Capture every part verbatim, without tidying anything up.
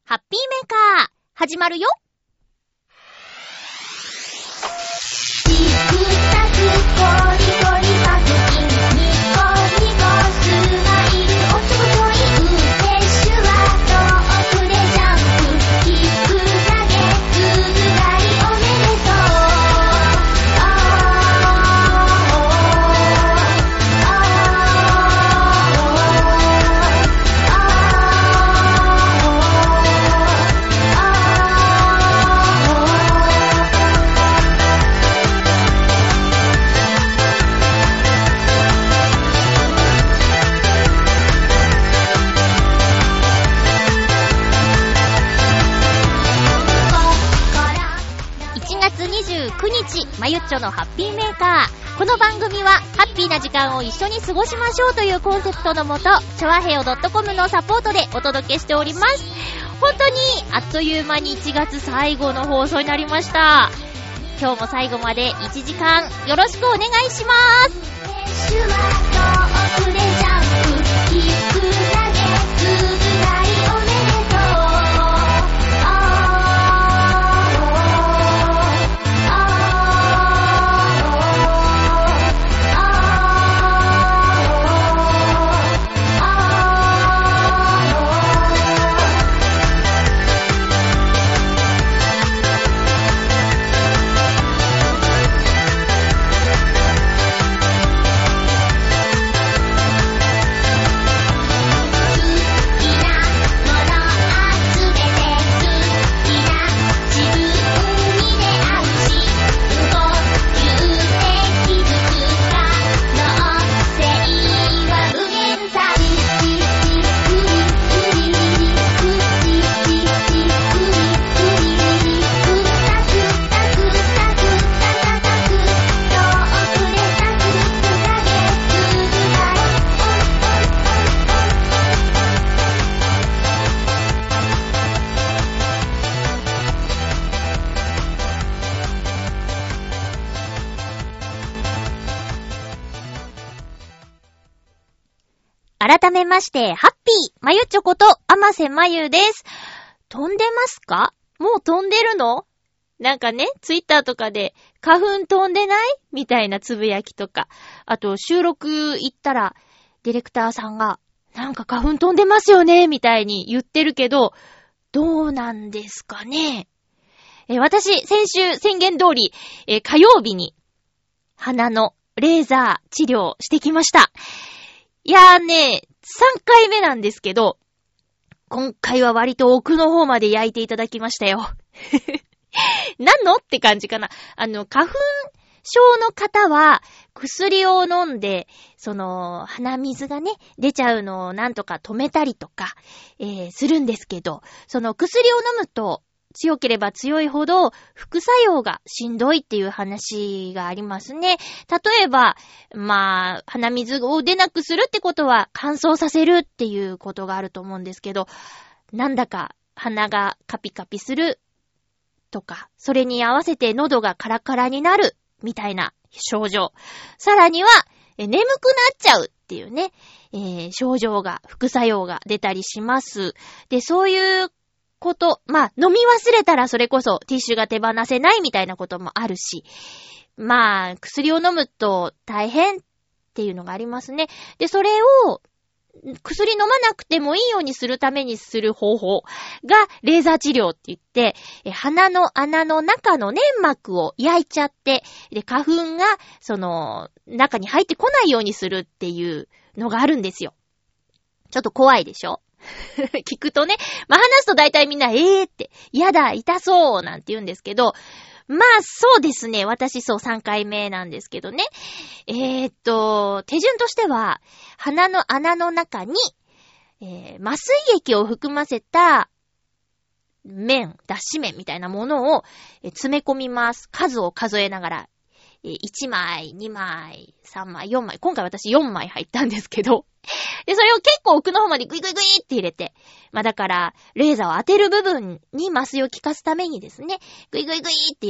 ハッピーメーカー始まるよ。まゆっちょのハッピーメーカー。この番組はハッピーな時間を一緒に過ごしましょうというコンセプトのもと、チョアヘオ .com のサポートでお届けしております。本当にあっという間にいちがつ最後の放送になりました。今日も最後までいちじかんよろしくお願いします。改めまして、ハッピーまゆちょこと甘瀬まゆです。飛んでますか？もう飛んでるの？なんかね、ツイッターとかで花粉飛んでない？みたいなつぶやきとか、あと収録行ったらディレクターさんがなんか花粉飛んでますよねみたいに言ってるけど、どうなんですかね。え私先週宣言通り、え火曜日に鼻のレーザー治療してきました。いやーね、さんかいめなんですけど、今回は割と奥の方まで焼いていただきましたよ。何のって感じかな。あの、花粉症の方は、薬を飲んで、その、鼻水がね、出ちゃうのをなんとか止めたりとか、えー、するんですけど、その薬を飲むと、強ければ強いほど副作用がしんどいっていう話がありますね。例えば、まあ、鼻水を出なくするってことは乾燥させるっていうことがあると思うんですけど、なんだか鼻がカピカピするとか、それに合わせて喉がカラカラになるみたいな症状。さらには、え眠くなっちゃうっていうね、えー、症状が、副作用が出たりします。で、そういうこと、まあ、飲み忘れたらそれこそティッシュが手放せないみたいなこともあるし、まあ、薬を飲むと大変っていうのがありますね。で、それを、薬飲まなくてもいいようにするためにする方法がレーザー治療って言って、鼻の穴の中の粘膜を焼いちゃって、で、花粉がその中に入ってこないようにするっていうのがあるんですよ。ちょっと怖いでしょ？聞くとね、まあ、話すと大体みんな、えーって、やだ、痛そう、なんて言うんですけど、まあ、そうですね、私そうさんかいめなんですけどね。えーっと、手順としては、鼻の穴の中に、えー、麻酔液を含ませた麺、脱脂麺みたいなものを、えー、詰め込みます。数を数えながら、えー、いちまい、にまい、さんまい、よんまい。今回私よんまい入ったんですけど、で、それを結構奥の方までグイグイグイって入れて、まあだから、レーザーを当てる部分に麻酔を効かすためにですね、グイグイグイって入れて、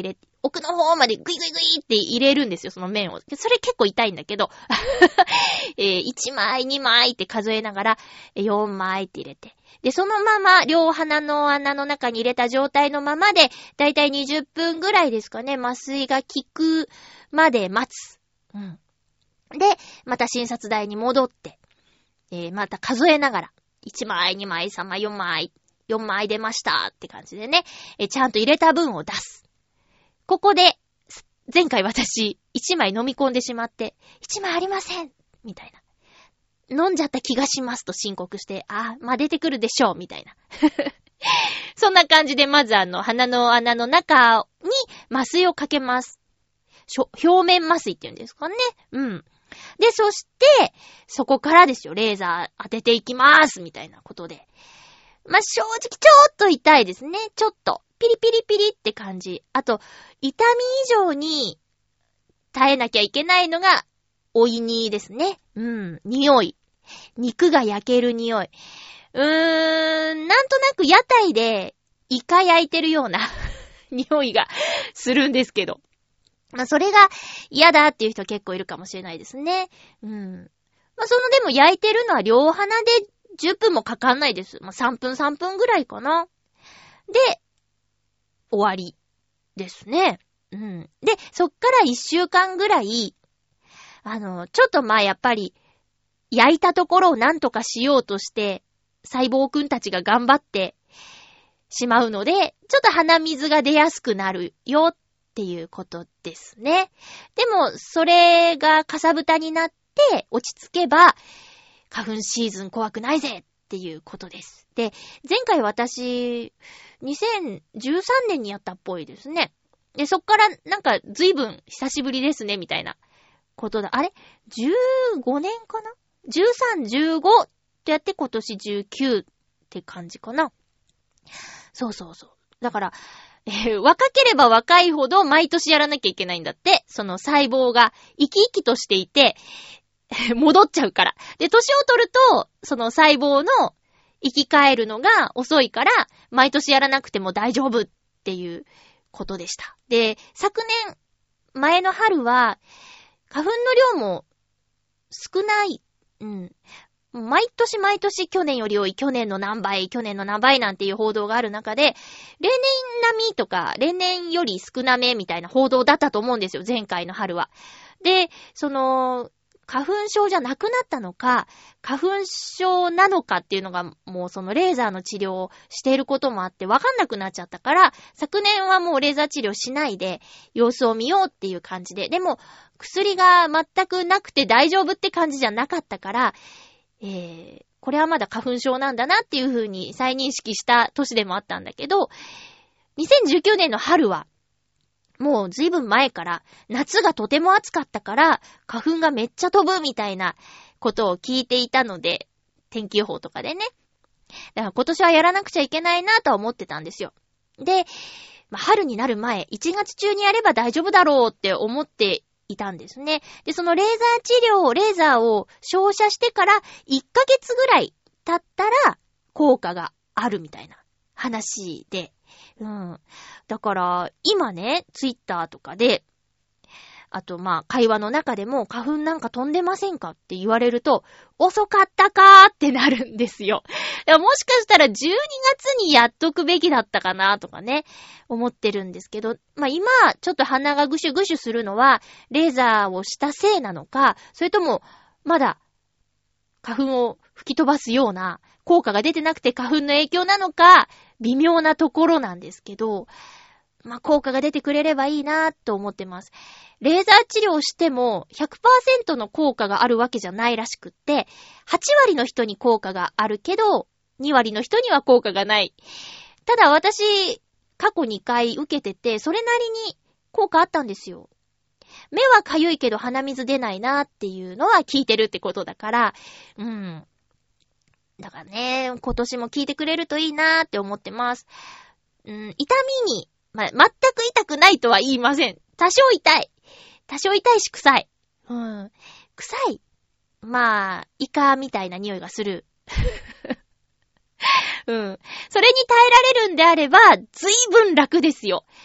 奥の方までグイグイグイって入れるんですよ、その麺を。それ結構痛いんだけど、えー、いちまい、にまいって数えながら、よんまいって入れて。で、そのまま、両鼻の穴の中に入れた状態のままで、だいたいにじゅっぷんぐらいですかね、麻酔が効くまで待つ。うん。で、また診察台に戻って、えー、また数えながら、いちまい、にまい、さんまい、よんまい、よんまい出ましたって感じでね、えー、ちゃんと入れた分を出す。ここで、前回私、いちまい飲み込んでしまって、いちまいありませんみたいな。飲んじゃった気がしますと申告して、あ、まあ、出てくるでしょうみたいな。そんな感じで、まずあの、鼻の穴の中に麻酔をかけます。表面麻酔って言うんですかね。うん。で、そして、そこからですよ、レーザー当てていきますみたいなことで。まあ、正直ちょっと痛いですね。ちょっと。ピリピリピリって感じ。あと、痛み以上に耐えなきゃいけないのが、おいにですね。うん。匂い。肉が焼ける匂い。うーん、なんとなく屋台でイカ焼いてるような匂いがするんですけど。まあ、それが嫌だっていう人結構いるかもしれないですね。うん。まあ、そのでも焼いてるのは両鼻でじゅっぷんもかかんないです。まあ、さんぷんさんぷんぐらいかな。で、終わりですね。うん。で、そっからいっしゅうかんぐらい、あの、ちょっとまあやっぱり、焼いたところをなんとかしようとして、細胞くんたちが頑張ってしまうので、ちょっと鼻水が出やすくなるよっていうことですね。でも、それがかさぶたになって落ち着けば、花粉シーズン怖くないぜっていうことです。で、前回私、にせんじゅうさんねんにやったっぽいですね。で、そっからなんか随分久しぶりですねみたいなことだ。あれ ?じゅうごねんかな ?じゅうさん、じゅうご ってやって今年じゅうきゅうって感じかな。そうそうそう。だから、えー、若ければ若いほど毎年やらなきゃいけないんだって。その細胞が生き生きとしていて、戻っちゃうから。で、年を取ると、その細胞の生き返るのが遅いから、毎年やらなくても大丈夫っていうことでした。で、昨年、前の春は、花粉の量も少ない。うん。毎年毎年去年より多い、去年の何倍、去年の何倍なんていう報道がある中で、例年並みとか、例年より少なめみたいな報道だったと思うんですよ、前回の春は。で、その、花粉症じゃなくなったのか、花粉症なのかっていうのがもうそのレーザーの治療をしていることもあって分かんなくなっちゃったから、昨年はもうレーザー治療しないで様子を見ようっていう感じで、でも薬が全くなくて大丈夫って感じじゃなかったから、えー、これはまだ花粉症なんだなっていう風に再認識した年でもあったんだけど、にせんじゅうきゅうねんの春はもうずいぶん前から夏がとても暑かったから花粉がめっちゃ飛ぶみたいなことを聞いていたので、天気予報とかでね。だから今年はやらなくちゃいけないなとは思ってたんですよ。で、まあ、春になる前、いちがつ中にやれば大丈夫だろうって思っていたんですね。で、そのレーザー治療、レーザーを照射してからいっかげつぐらい経ったら効果があるみたいな話で、うん。だから、今ね、ツイッターとかで、あとまあ、会話の中でも、花粉なんか飛んでませんかって言われると、遅かったかーってなるんですよ。もしかしたらじゅうにがつにやっとくべきだったかなとかね、思ってるんですけど、まあ今、ちょっと鼻がぐしゅぐしゅするのは、レーザーをしたせいなのか、それとも、まだ、花粉を吹き飛ばすような効果が出てなくて花粉の影響なのか、微妙なところなんですけど、まあ、効果が出てくれればいいなと思ってます。レーザー治療しても ひゃくパーセント の効果があるわけじゃないらしくって、はちわりの人に効果があるけど、にわりの人には効果がない。ただ私、過去にかい受けてて、それなりに効果あったんですよ。目はかゆいけど鼻水出ないなっていうのは聞いてるってことだから、うん。だからね、今年も聞いてくれるといいなーって思ってます。うん、痛みに、まあ、全く痛くないとは言いません。多少痛い。多少痛いし臭い。うん。臭い。まあ、イカみたいな匂いがする。うん。それに耐えられるんであれば、ずいぶん楽ですよ。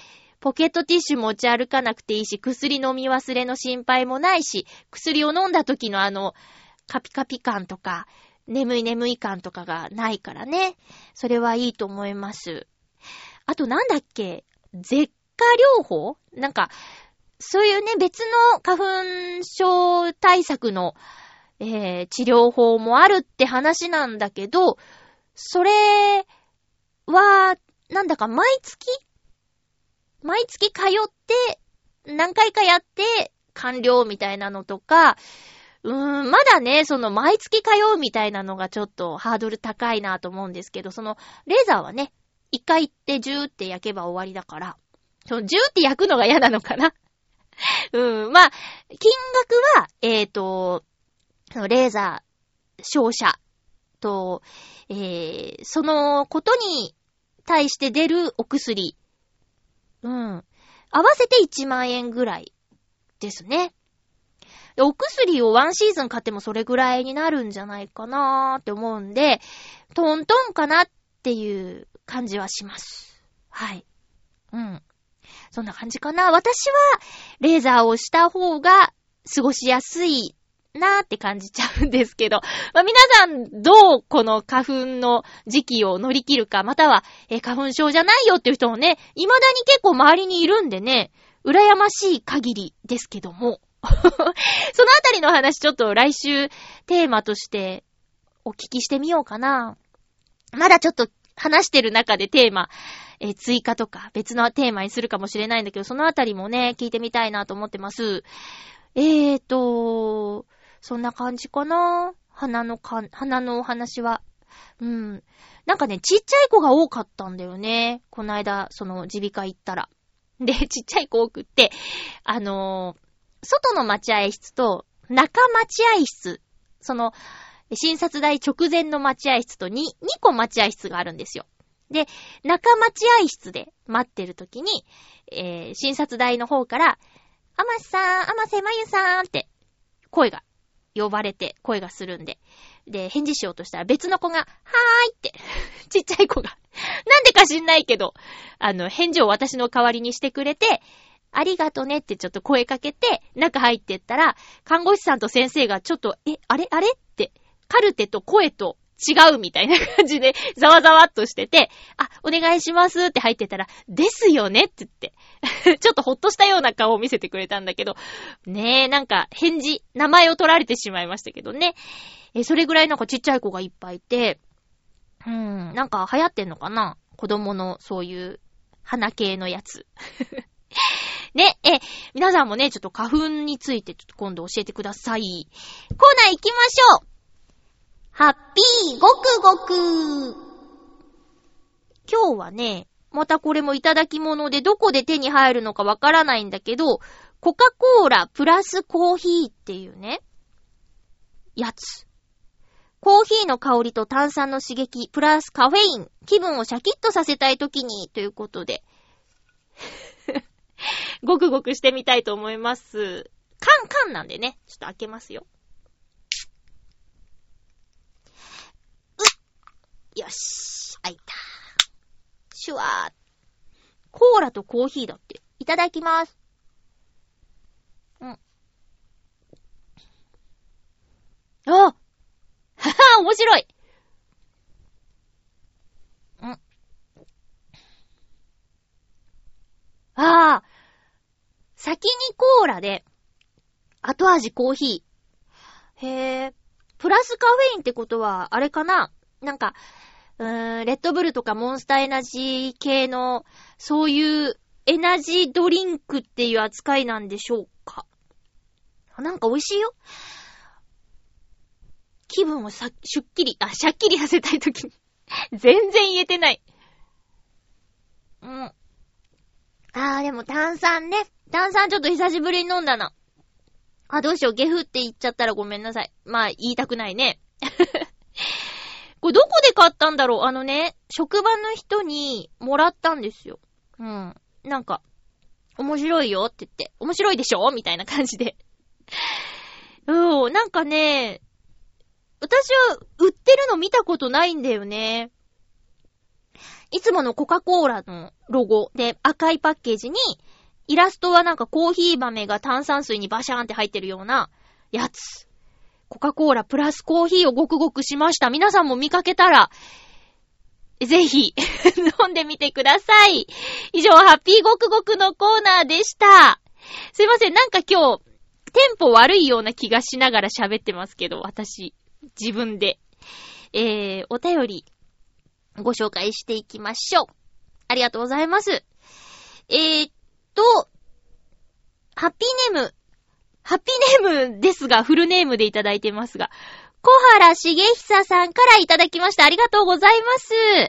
ポケットティッシュ持ち歩かなくていいし、薬飲み忘れの心配もないし、薬を飲んだ時のあの、カピカピ感とか、眠い眠い感とかがないからね。それはいいと思います。あとなんだっけ？舌下療法？なんか、そういうね、別の花粉症対策の、えー、治療法もあるって話なんだけど、それは、なんだか毎月毎月通って、何回かやって、完了みたいなのとか、うーん、まだね、その毎月通うみたいなのがちょっとハードル高いなと思うんですけど、そのレーザーはね、一回行ってジューって焼けば終わりだから、そのジューって焼くのが嫌なのかなうん、まあ、金額は、えっと、レーザー、照射と、えー、そのことに対して出るお薬、うん、合わせていちまんえんぐらいですね。お薬をワンシーズン買ってもそれぐらいになるんじゃないかなーって思うんで、トントンかなっていう感じはします。はい。うん。そんな感じかな。私はレーザーをした方が過ごしやすいなーって感じちゃうんですけど、まあ、皆さんどうこの花粉の時期を乗り切るか、または、えー、花粉症じゃないよっていう人もね、未だに結構周りにいるんでね、羨ましい限りですけども。そのあたりの話ちょっと来週テーマとしてお聞きしてみようかな。まだちょっと話してる中でテーマ、えー、追加とか別のテーマにするかもしれないんだけど、そのあたりもね、聞いてみたいなと思ってます。えーと、そんな感じかな。花のか、花のお話は。うん。なんかね、ちっちゃい子が多かったんだよね。この間、その耳鼻科行ったら。で、ちっちゃい子多くって、あのー、外の待合室と中待合室、その診察台直前の待合室と 2, 2個待合室があるんですよ。で、中待合室で待ってる時に、えー、診察台の方から、あましさん、あませまゆさんって声が呼ばれて声がするんで、で、返事しようとしたら別の子が、はーいって、ちっちゃい子が、なんでか知んないけど、あの、返事を私の代わりにしてくれて、ありがとねってちょっと声かけて、中入ってったら、看護師さんと先生がちょっと、え、あれあれって、カルテと声と違うみたいな感じで、ざわざわっとしてて、あ、お願いしますって入ってたら、ですよねって言って、ちょっとほっとしたような顔を見せてくれたんだけど、ねえ、なんか返事、名前を取られてしまいましたけどね。え、それぐらいなんかちっちゃい子がいっぱいいて、うーん、なんか流行ってんのかな？子供のそういう花系のやつ。ね、え、皆さんもね、ちょっと花粉についてちょっと今度教えてください。コーナー行きましょう。ハッピーごくごく。今日はね、またこれもいただき物でどこで手に入るのかわからないんだけど、コカ・コーラプラスコーヒーっていうね、やつ。コーヒーの香りと炭酸の刺激、プラスカフェイン、気分をシャキッとさせたいときに、ということで。ごくごくしてみたいと思います。カンカンなんでね、ちょっと開けますよ。うっ、よし、開いた。シュワー。コーラとコーヒーだって。いただきます。うん。あはは、面白い。うん。ああ。先にコーラで、後味コーヒー。へー。プラスカフェインってことは、あれかな？なんか、うーん、レッドブルとかモンスターエナジー系の、そういうエナジードリンクっていう扱いなんでしょうか？なんか美味しいよ。気分をさ、しゅっきり、あ、しゃっきりさせたいときに。全然言えてない。うん。あー、でも炭酸ね。炭酸ちょっと久しぶりに飲んだな。あ、どうしよう。ゲフって言っちゃったらごめんなさい。まあ、言いたくないね。これどこで買ったんだろう？あのね、職場の人にもらったんですよ。うん。なんか、面白いよって言って、面白いでしょ？みたいな感じで。うん、なんかね、私は売ってるの見たことないんだよね。 いつものコカ・コーラのロゴで赤いパッケージに、イラストはなんかコーヒー豆が炭酸水にバシャーンって入ってるようなやつ。コカ・コーラプラスコーヒーをごくごくしました。皆さんも見かけたら、ぜひ、飲んでみてください。以上、ハッピーごくごくのコーナーでした。すいません、なんか今日、テンポ悪いような気がしながら喋ってますけど、私、自分で。えー、お便り、ご紹介していきましょう。ありがとうございます。えーっと、ハッピーネーム、ハッピーネームですが、フルネームでいただいてますが、小原茂久さんからいただきました。ありがとうございます。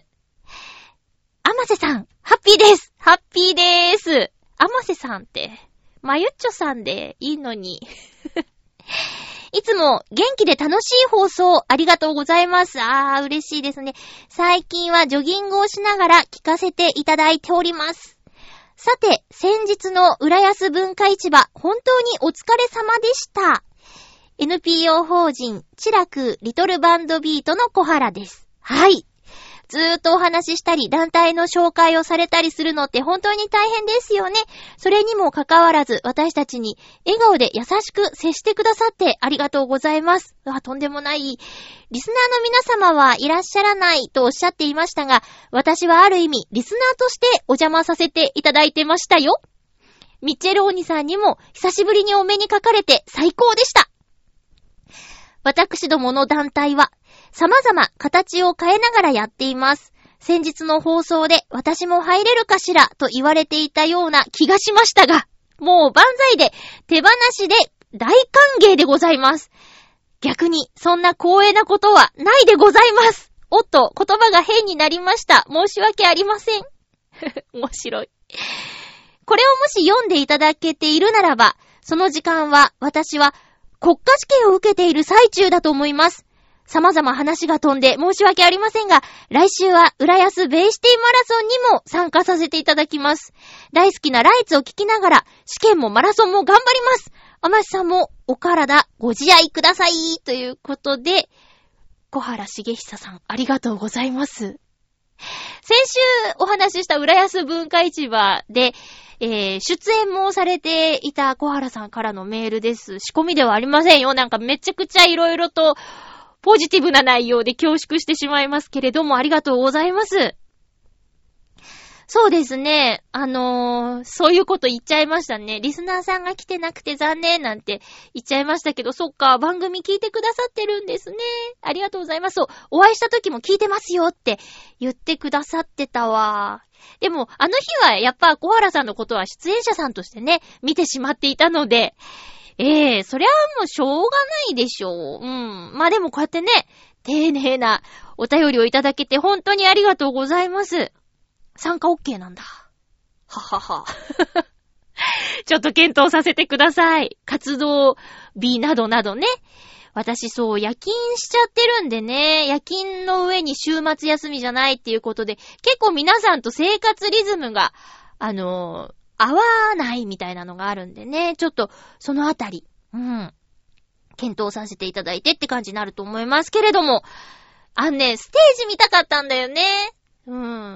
あませさん、ハッピーです。ハッピーでーす。あませさんって、まゆっちょさんでいいのに。いつも元気で楽しい放送ありがとうございます。あー、嬉しいですね。最近はジョギングをしながら聞かせていただいております。さて、先日の浦安文化市場、本当にお疲れ様でした。エヌピーオー 法人、チラクリトルバンドビートの小原です。はい。ずーっとお話ししたり、団体の紹介をされたりするのって本当に大変ですよね。それにもかかわらず、私たちに笑顔で優しく接してくださってありがとうございます。うわ、とんでもない。リスナーの皆様はいらっしゃらないとおっしゃっていましたが、私はある意味、リスナーとしてお邪魔させていただいてましたよ。ミッチェルおにさんにも久しぶりにお目にかかれて最高でした。私どもの団体は、様々形を変えながらやっています。先日の放送で私も入れるかしらと言われていたような気がしましたが、もう万歳で手放しで大歓迎でございます。逆にそんな光栄なことはないでございます。おっと、言葉が変になりました。申し訳ありません。面白い。これをもし読んでいただけているならば、その時間は私は国家試験を受けている最中だと思います。様々話が飛んで申し訳ありませんが、来週は浦安ベイシティマラソンにも参加させていただきます。大好きなライツを聞きながら、試験もマラソンも頑張ります。あましさんもお体ご自愛ください。ということで、小原茂久さん、ありがとうございます。先週お話しした浦安文化市場で、えー、出演もされていた小原さんからのメールです。仕込みではありませんよ。なんかめちゃくちゃいろいろとポジティブな内容で恐縮してしまいますけれども、ありがとうございます。そうですね。あのー、そういうこと言っちゃいましたね。リスナーさんが来てなくて残念なんて言っちゃいましたけど、そっか、番組聞いてくださってるんですね。ありがとうございます。そう、お会いした時も聞いてますよって言ってくださってたわ。でも、あの日はやっぱ小原さんのことは出演者さんとしてね、見てしまっていたので、ええー、そりゃもうしょうがないでしょう。うん。まあでもこうやってね、丁寧なお便りをいただけて本当にありがとうございます。参加 OK なんだ。ははは。ちょっと検討させてください。活動日などなどね。私そう夜勤しちゃってるんでね、夜勤の上に週末休みじゃないっていうことで、結構皆さんと生活リズムが、あのー、合わないみたいなのがあるんでね、ちょっとそのあたり、うん、検討させていただいてって感じになると思いますけれども、あのね、ステージ見たかったんだよね。うん。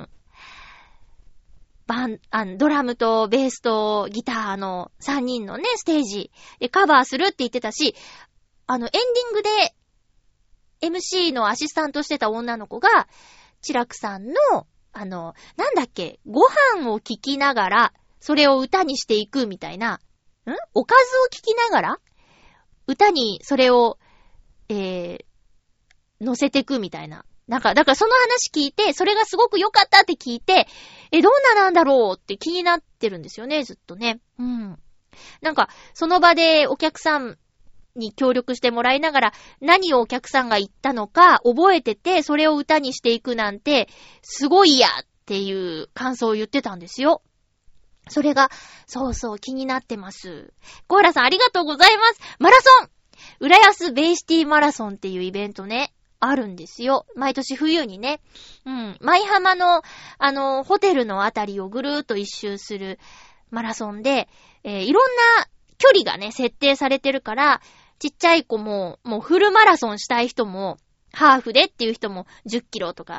バン、あの、ドラムとベースとギターのさんにんのね、ステージでカバーするって言ってたし、あの、エンディングで エムシー のアシスタントしてた女の子が、チラクさんの、あの、なんだっけ、ご飯を聞きながら、それを歌にしていくみたいな、ん?おかずを聞きながら、歌にそれを、えー、乗せていくみたいな。なんか、だからその話聞いて、それがすごく良かったって聞いて、え、どんななんだろうって気になってるんですよね、ずっとね。うん。なんか、その場でお客さんに協力してもらいながら、何をお客さんが言ったのか覚えてて、それを歌にしていくなんて、すごいやっていう感想を言ってたんですよ。それが、そうそう気になってます。小原さんありがとうございます。マラソン浦安ベイシティマラソンっていうイベントね。あるんですよ。毎年冬にね。うん。舞浜の、あの、ホテルのあたりをぐるーっと一周するマラソンで、えー、いろんな距離がね、設定されてるから、ちっちゃい子も、もうフルマラソンしたい人も、ハーフでっていう人もじゅっキロとか、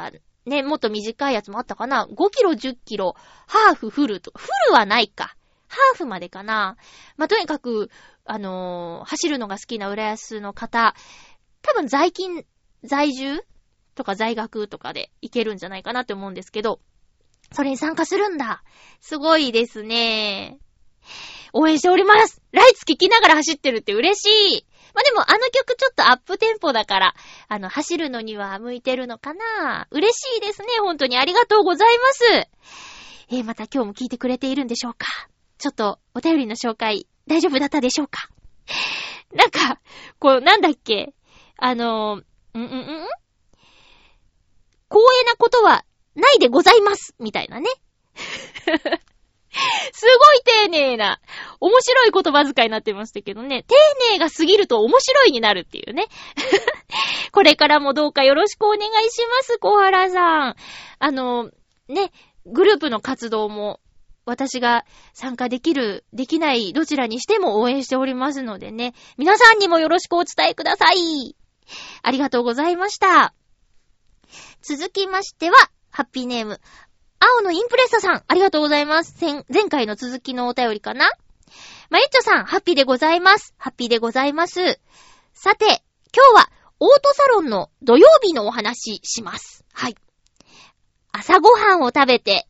ね、もっと短いやつもあったかな。ごキロ、じゅっキロ、ハーフ、フルと。フルはないか。ハーフまでかな。まあ、とにかく、あのー、走るのが好きな浦安の方、多分在勤、在住とか在学とかで行けるんじゃないかなって思うんですけど、それに参加するんだ。すごいですね。応援しております。ライツ聞きながら走ってるって嬉しい。まあ、でもあの曲ちょっとアップテンポだから、あの、走るのには向いてるのかな。嬉しいですね。本当にありがとうございます。えー、また今日も聞いてくれているんでしょうか。ちょっとお便りの紹介大丈夫だったでしょうか。なんか、こう、なんだっけ。あの、んんん光栄なことはないでございます。みたいなね。すごい丁寧な、面白い言葉遣いになってましたけどね。丁寧が過ぎると面白いになるっていうね。これからもどうかよろしくお願いします、小原さん。あの、ね、グループの活動も、私が参加できる、できないどちらにしても応援しておりますのでね。皆さんにもよろしくお伝えください。ありがとうございました。続きましては、ハッピーネーム。青のインプレッサさん、ありがとうございます。前, 前回の続きのお便りかな。まゆっちょさん、ハッピーでございます。ハッピーでございます。さて、今日はオートサロンの土曜日のお話します。はい。朝ごはんを食べて、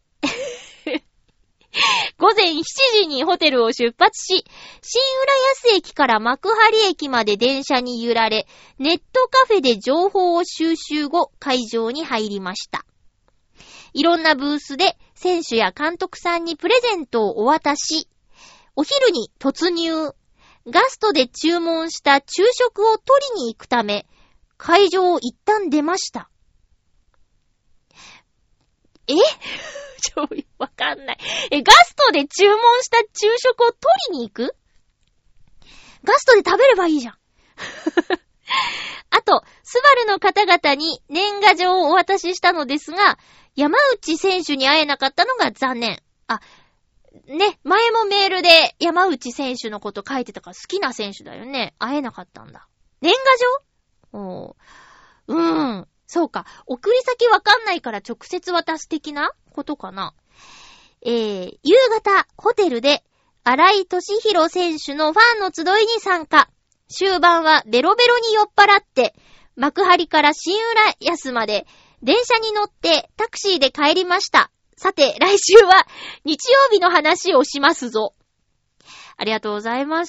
午前しちじにホテルを出発し、新浦安駅から幕張駅まで電車に揺られ、ネットカフェで情報を収集後、会場に入りました。いろんなブースで選手や監督さんにプレゼントをお渡し、お昼に突入、ガストで注文した昼食を取りに行くため、会場を一旦出ました。えちょ、わかんない。え、ガストで注文した昼食を取りに行く？ガストで食べればいいじゃん。あと、スバルの方々に年賀状をお渡ししたのですが、山内選手に会えなかったのが残念。あ、ね、前もメールで山内選手のこと書いてたから好きな選手だよね。会えなかったんだ。年賀状？おー。うーん。そうか。送り先わかんないから直接渡す的なことかな。えー、夕方、ホテルで、荒井俊弘選手のファンの集いに参加。終盤はベロベロに酔っ払って、幕張から新浦安まで、電車に乗ってタクシーで帰りました。さて、来週は日曜日の話をしますぞ。ありがとうございます。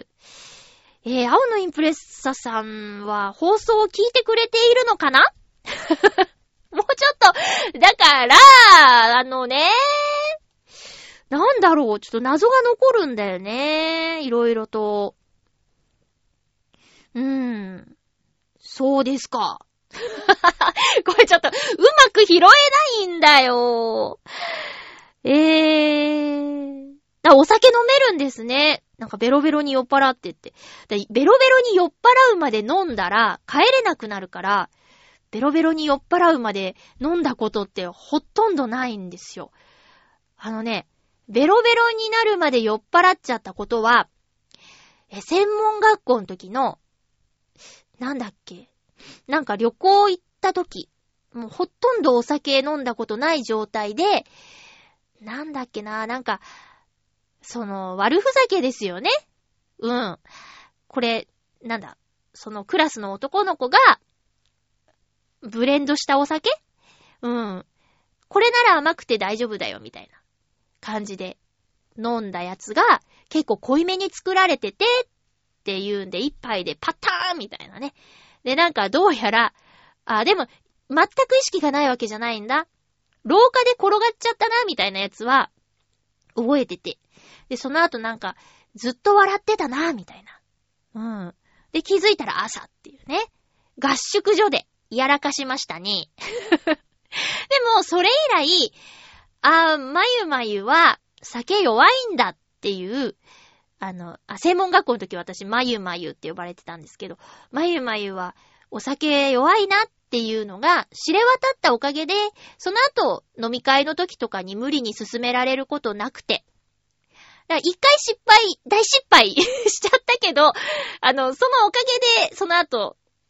えー、青のインプレッサさんは放送を聞いてくれているのかな？もうちょっと、だから、あのね、なんだろう、ちょっと謎が残るんだよね。いろいろと。うーん。そうですか。これちょっと、うまく拾えないんだよ。えー。あ、お酒飲めるんですね。なんかベロベロに酔っ払ってって。でベロベロに酔っ払うまで飲んだら帰れなくなるから、ベロベロに酔っ払うまで飲んだことってほとんどないんですよ。あのね、ベロベロになるまで酔っ払っちゃったことは、え、専門学校の時の、なんだっけ、なんか旅行行った時、もうほとんどお酒飲んだことない状態で、なんだっけな、なんか、その、悪ふざけですよね。うん。これ、なんだ、そのクラスの男の子が、ブレンドしたお酒？うん。これなら甘くて大丈夫だよ、みたいな感じで飲んだやつが、結構濃いめに作られてて、っていうんで、一杯でパッターンみたいなね。で、なんかどうやら、あ、でも、全く意識がないわけじゃないんだ。廊下で転がっちゃったな、みたいなやつは、覚えてて。で、その後なんか、ずっと笑ってたな、みたいな。うん。で、気づいたら朝っていうね。合宿所でやらかしましたね。でも、それ以来、あー、まゆまゆは酒弱いんだっていう、あの、あ、専門学校の時私、まゆまゆって呼ばれてたんですけど、まゆまゆはお酒弱いなっていうのが知れ渡ったおかげで、その後飲み会の時とかに無理に進められることなくて、だから一回失敗、大失敗しちゃったけど、あの、そのおかげで、その後、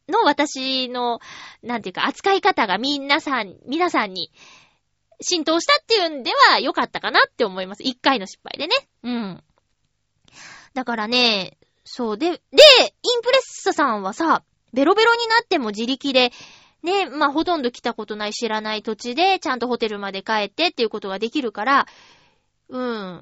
の私の、なんていうか、扱い方がみんなさん、皆さんに浸透したっていうんでは良かったかなって思います。一回の失敗でね。うん。だからね、そうで、で、インプレッサさんはさ、ベロベロになっても自力で、ね、まあ、ほとんど来たことない知らない土地で、ちゃんとホテルまで帰ってっていうことができるから、うん。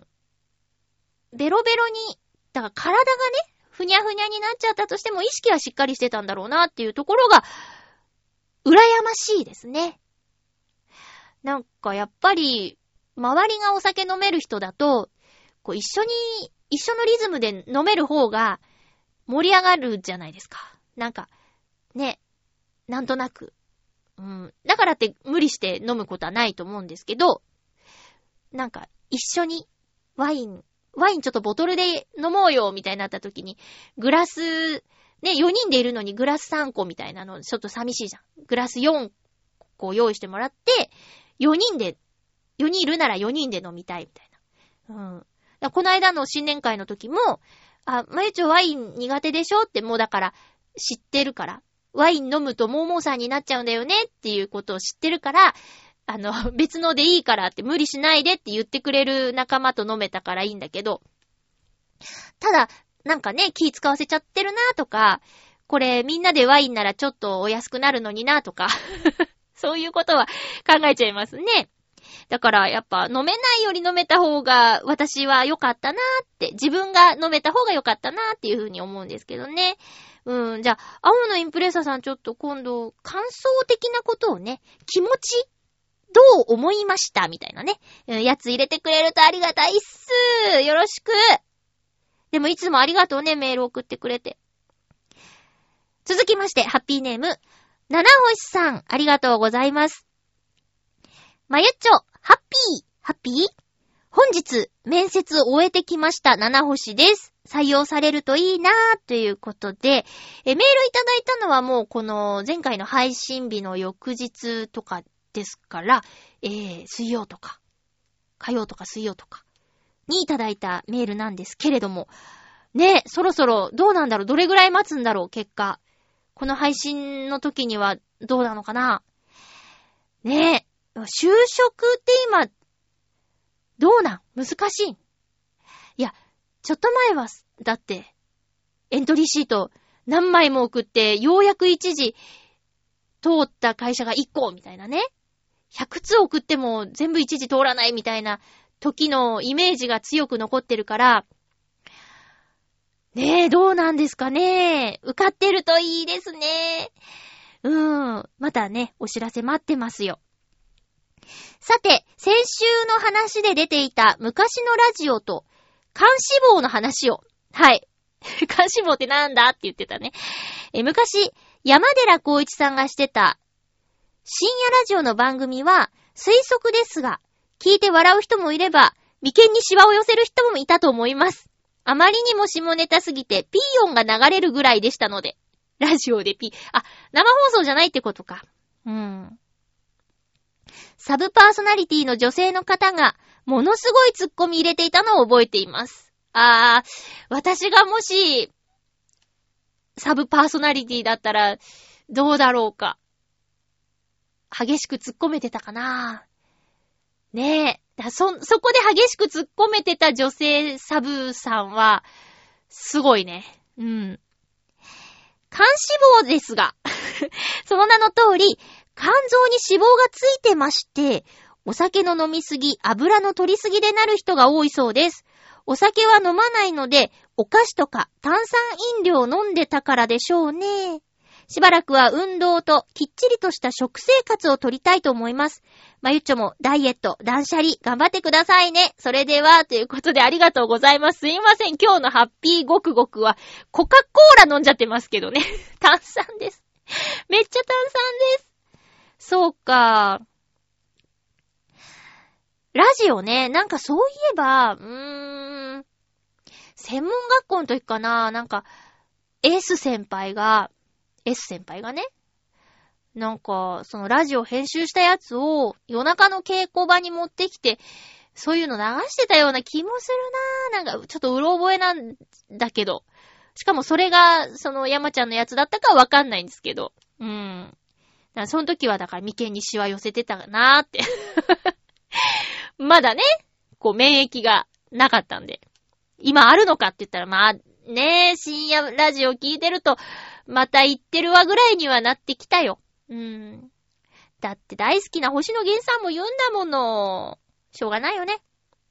ベロベロに、だから体がね、ふにゃふにゃになっちゃったとしても意識はしっかりしてたんだろうなっていうところが、羨ましいですね。なんかやっぱり、周りがお酒飲める人だと、こう一緒に、一緒のリズムで飲める方が盛り上がるじゃないですか。なんか、ね、なんとなく。うん。だからって無理して飲むことはないと思うんですけど、なんか一緒にワイン、ワインちょっとボトルで飲もうよみたいになった時に、グラス、ね、よにんでいるのにグラスさんこみたいなのちょっと寂しいじゃん。グラスよんこ用意してもらって、よにんで、よにんいるならよにんで飲みたいみたいな。うん。だからこの間の新年会の時も、あ、まゆちょワイン苦手でしょってもうだから知ってるから、ワイン飲むとモーモーさんになっちゃうんだよねっていうことを知ってるから、あの、別のでいいからって無理しないでって言ってくれる仲間と飲めたからいいんだけど、ただ、なんかね、気使わせちゃってるなとか、これみんなでワインならちょっとお安くなるのになとか、そういうことは考えちゃいますね。だからやっぱ飲めないより飲めた方が私は良かったなーって、自分が飲めた方が良かったなーっていうふうに思うんですけどね。うん、じゃあ、青のインプレッサさんちょっと今度感想的なことをね、気持ちどう思いましたみたいなね、うん、やつ入れてくれるとありがたいっす。よろしく。でもいつもありがとうね、メール送ってくれて。続きまして、ハッピーネーム、七星さん、ありがとうございます。まゆっちょ、ハッピー、ハッピー本日、面接を終えてきました、七星です。採用されるといいなーということで、えメールいただいたのはもうこの前回の配信日の翌日とかですから、えー、水曜とか、火曜とか水曜とかにいただいたメールなんですけれども、ね、そろそろどうなんだろう、どれぐらい待つんだろう、結果。この配信の時にはどうなのかな。ねえ、就職って今、どうなん？難しい。いや、ちょっと前は、だって、エントリーシート何枚も送って、ようやく一時通った会社がいっこみたいなね。ひゃくつ送っても全部一時通らないみたいな時のイメージが強く残ってるから、ねえ、どうなんですかね。受かってるといいですね。うーん。またね、お知らせ待ってますよ。さて、先週の話で出ていた昔のラジオと、幹脂肪の話を。はい。幹脂肪ってなんだって言ってたね。え、昔、山寺宏一さんがしてた、深夜ラジオの番組は、推測ですが、聞いて笑う人もいれば、眉間にシワを寄せる人もいたと思います。あまりにも下ネタすぎて、ピー音が流れるぐらいでしたので。ラジオでピー、あ、生放送じゃないってことか。うん。サブパーソナリティの女性の方が、ものすごいツッコミ入れていたのを覚えています。あー、私がもし、サブパーソナリティだったら、どうだろうか。激しく突っ込めてたかな。ねえ。だそ、そこで激しく突っ込めてた女性サブさんは、すごいね。うん。肝脂肪ですが、その名の通り、肝臓に脂肪がついてまして、お酒の飲みすぎ、油の取りすぎでなる人が多いそうです。お酒は飲まないので、お菓子とか炭酸飲料を飲んでたからでしょうね。しばらくは運動ときっちりとした食生活を取りたいと思います。まゆっちょもダイエット、断捨離、頑張ってくださいね。それでは、ということでありがとうございます。すいません、今日のハッピーごくごくは、コカ・コーラ飲んじゃってますけどね。炭酸です。めっちゃ炭酸です。そうか。ラジオね、なんかそういえば、うーん、専門学校の時かな、なんか、S 先輩が、S 先輩がね、なんか、そのラジオ編集したやつを夜中の稽古場に持ってきて、そういうの流してたような気もするなぁ。なんか、ちょっとうろ覚えなんだけど、 しかもそれが、その山ちゃんのやつだったかわかんないんですけど。うん。だからその時はだから眉間にシワ寄せてたかなーって。まだね、こう免疫がなかったんで。今あるのかって言ったら、まあね、深夜ラジオ聞いてると、また言ってるわぐらいにはなってきたよ。うん。だって大好きな星野源さんも言うんだもの。しょうがないよね。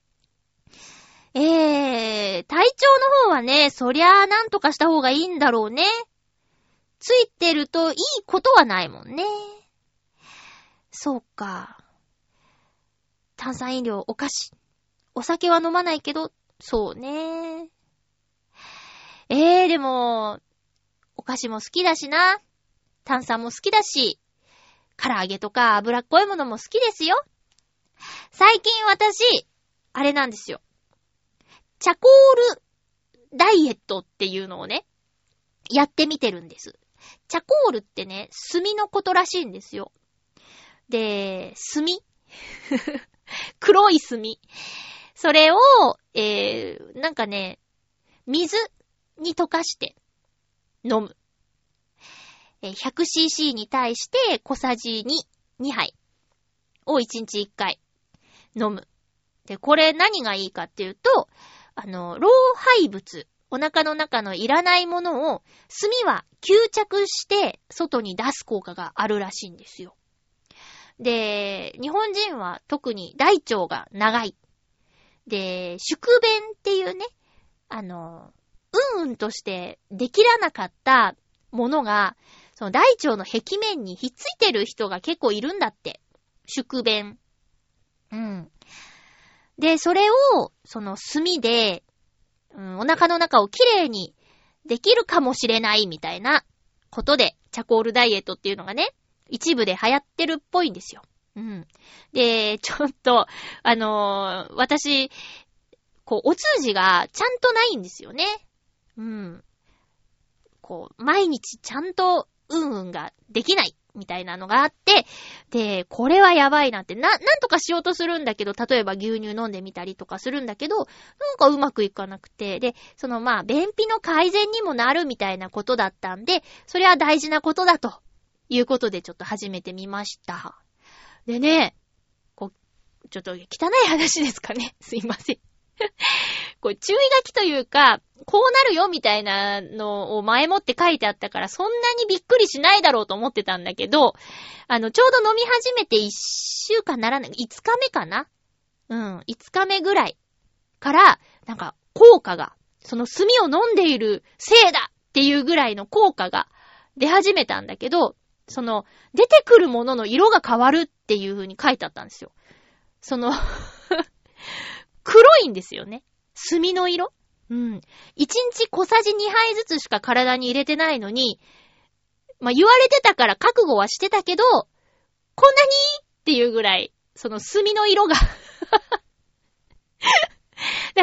えー、体調の方はね、そりゃあなんとかした方がいいんだろうね。ついてるといいことはないもんね。そうか。炭酸飲料、お菓子。お酒は飲まないけど、そうね。えー、でも、お菓子も好きだしな。炭酸も好きだし、唐揚げとか脂っこいものも好きですよ。最近私、あれなんですよ。チャコールダイエットっていうのをね、やってみてるんです。チャコールってね、炭のことらしいんですよ。で、炭黒い炭。それを、えー、なんかね、水に溶かして飲む。ひゃくシーシー に対して小さじに、にはいをいちにちいっかい飲む。で、これ何がいいかっていうと、あの、老廃物、お腹の中のいらないものを、炭は吸着して外に出す効果があるらしいんですよ。で、日本人は特に大腸が長い。で、宿便っていうね、あの、うんうんとしてできらなかったものが、その大腸の壁面にひっついてる人が結構いるんだって。宿便。うん。で、それを、その炭で、うん、お腹の中をきれいにできるかもしれないみたいなことで、チャコールダイエットっていうのがね、一部で流行ってるっぽいんですよ。うん。で、ちょっと、あのー、私、こう、お通じがちゃんとないんですよね。うん。こう、毎日ちゃんと、うんうんができないみたいなのがあって、で、これはやばいなって、な、なんとかしようとするんだけど、例えば牛乳飲んでみたりとかするんだけど、なんかうまくいかなくて、で、そのまあ、便秘の改善にもなるみたいなことだったんで、それは大事なことだということでちょっと始めてみました。でね、こう、ちょっと汚い話ですかね。すいません。こう注意書きというか、こうなるよみたいなのを前もって書いてあったから、そんなにびっくりしないだろうと思ってたんだけど、あの、ちょうど飲み始めていっしゅうかんならない、いつかめかな？うん、いつかめぐらいから、なんか、効果が、その炭を飲んでいるせいだっていうぐらいの効果が出始めたんだけど、その、出てくるものの色が変わるっていう風に書いてあったんですよ。その、黒いんですよね。炭の色？うん。一日小さじにはいずつしか体に入れてないのに、まあ、言われてたから覚悟はしてたけど、こんなにっていうぐらい、その炭の色が。だから、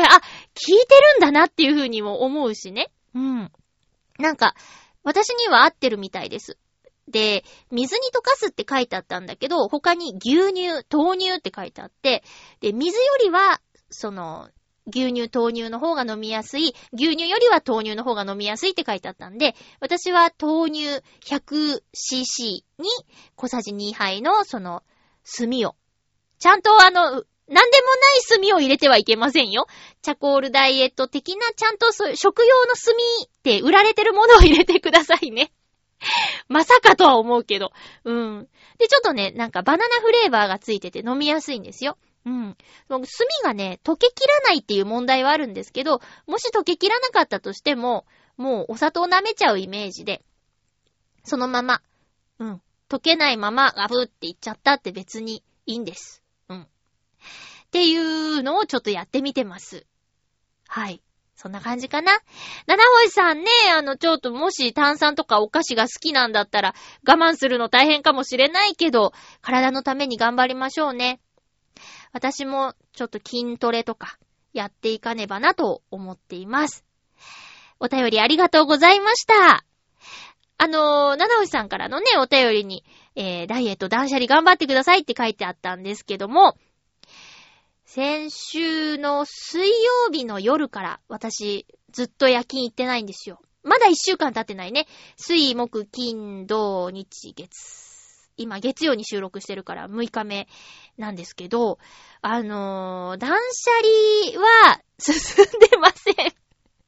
あ、効いてるんだなっていう風にも思うしね。うん。なんか、私には合ってるみたいです。で、水に溶かすって書いてあったんだけど、他に牛乳、豆乳って書いてあって、で、水よりは、その、牛乳、豆乳の方が飲みやすい、牛乳よりは豆乳の方が飲みやすいって書いてあったんで、私は豆乳 ひゃくシーシー に小さじにはいのその炭を、ちゃんとあの、なんでもない炭を入れてはいけませんよ。チャコールダイエット的なちゃんとそう食用の炭って売られてるものを入れてくださいね。まさかとは思うけど。うん。で、ちょっとね、なんかバナナフレーバーがついてて飲みやすいんですよ。うん。炭がね、溶けきらないっていう問題はあるんですけど、もし溶けきらなかったとしても、もうお砂糖舐めちゃうイメージで、そのまま、うん。溶けないままガブっていっちゃったって別にいいんです。うん。っていうのをちょっとやってみてます。はい。そんな感じかな。七星さんね、あの、ちょっともし炭酸とかお菓子が好きなんだったら我慢するの大変かもしれないけど、体のために頑張りましょうね。私もちょっと筋トレとかやっていかねばなと思っています。お便りありがとうございました。あのー、七星さんからのね、お便りに、えー、ダイエット断捨離頑張ってくださいって書いてあったんですけども、先週の水曜日の夜から私ずっと夜勤行ってないんですよ。 まだ一週間経ってないね。水、木、金、土、日、月。今、月曜に収録してるからむいかめなんですけど、あのー、断捨離は進んでません。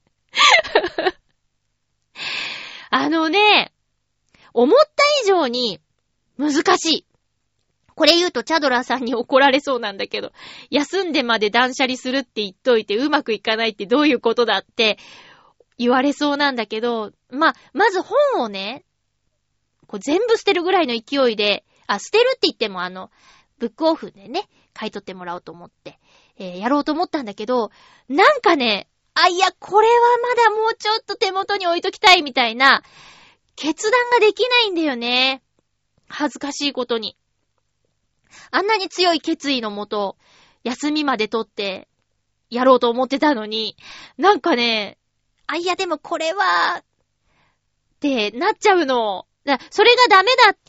あのね、思った以上に難しい。これ言うとチャドラーさんに怒られそうなんだけど、休んでまで断捨離するって言っといてうまくいかないってどういうことだって言われそうなんだけど、まあ、まず本をね、こう全部捨てるぐらいの勢いで、あ、捨てるって言ってもあの、ブックオフでね、買い取ってもらおうと思って、えー、やろうと思ったんだけど、なんかね、あ、いや、これはまだもうちょっと手元に置いときたいみたいな、決断ができないんだよね。恥ずかしいことに。あんなに強い決意のもと、休みまで取って、やろうと思ってたのに、なんかね、あ、いやでもこれは、ってなっちゃうの。だそれがダメだって、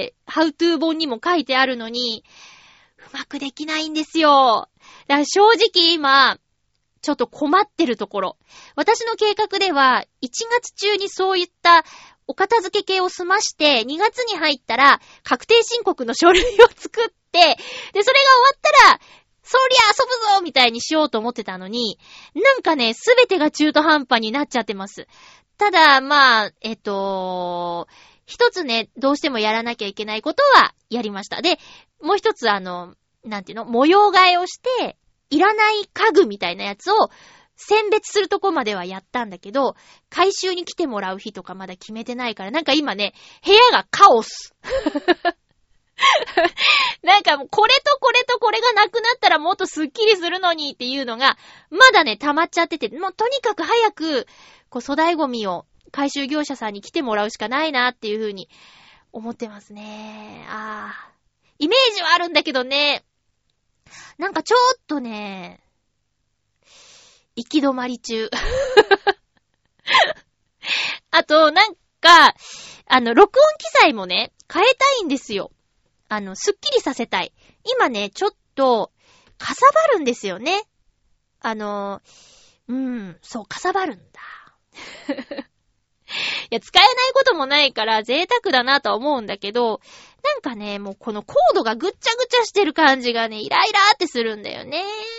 ハウトゥー本にも書いてあるのに、うまくできないんですよ。だから正直今、ちょっと困ってるところ。私の計画では、いちがつ中にそういったお片付け系を済まして、にがつに入ったら、確定申告の書類を作って、で、それが終わったら、そりゃ遊ぶぞみたいにしようと思ってたのに、なんかね、すべてが中途半端になっちゃってます。ただ、まあ、えっと、一つね、どうしてもやらなきゃいけないことはやりました。で、もう一つあの、なんていうの、模様替えをして、いらない家具みたいなやつを選別するとこまではやったんだけど、回収に来てもらう日とかまだ決めてないから、なんか今ね、部屋がカオス。なんかもうこれとこれとこれがなくなったらもっとスッキリするのにっていうのが、まだね、溜まっちゃってて、もうとにかく早く、こう粗大ゴミを回収業者さんに来てもらうしかないなっていう風に思ってますね。ああ。イメージはあるんだけどね、なんかちょっとね、行き止まり中。あと、なんか、あの、録音機材もね、変えたいんですよ。あの、スッキリさせたい。今ね、ちょっと、かさばるんですよね。あの、うん、そう、かさばるんだ。いや、使えないこともないから贅沢だなとは思うんだけど、なんかね、もうこのコードがぐっちゃぐちゃしてる感じがね、イライラーってするんだよね。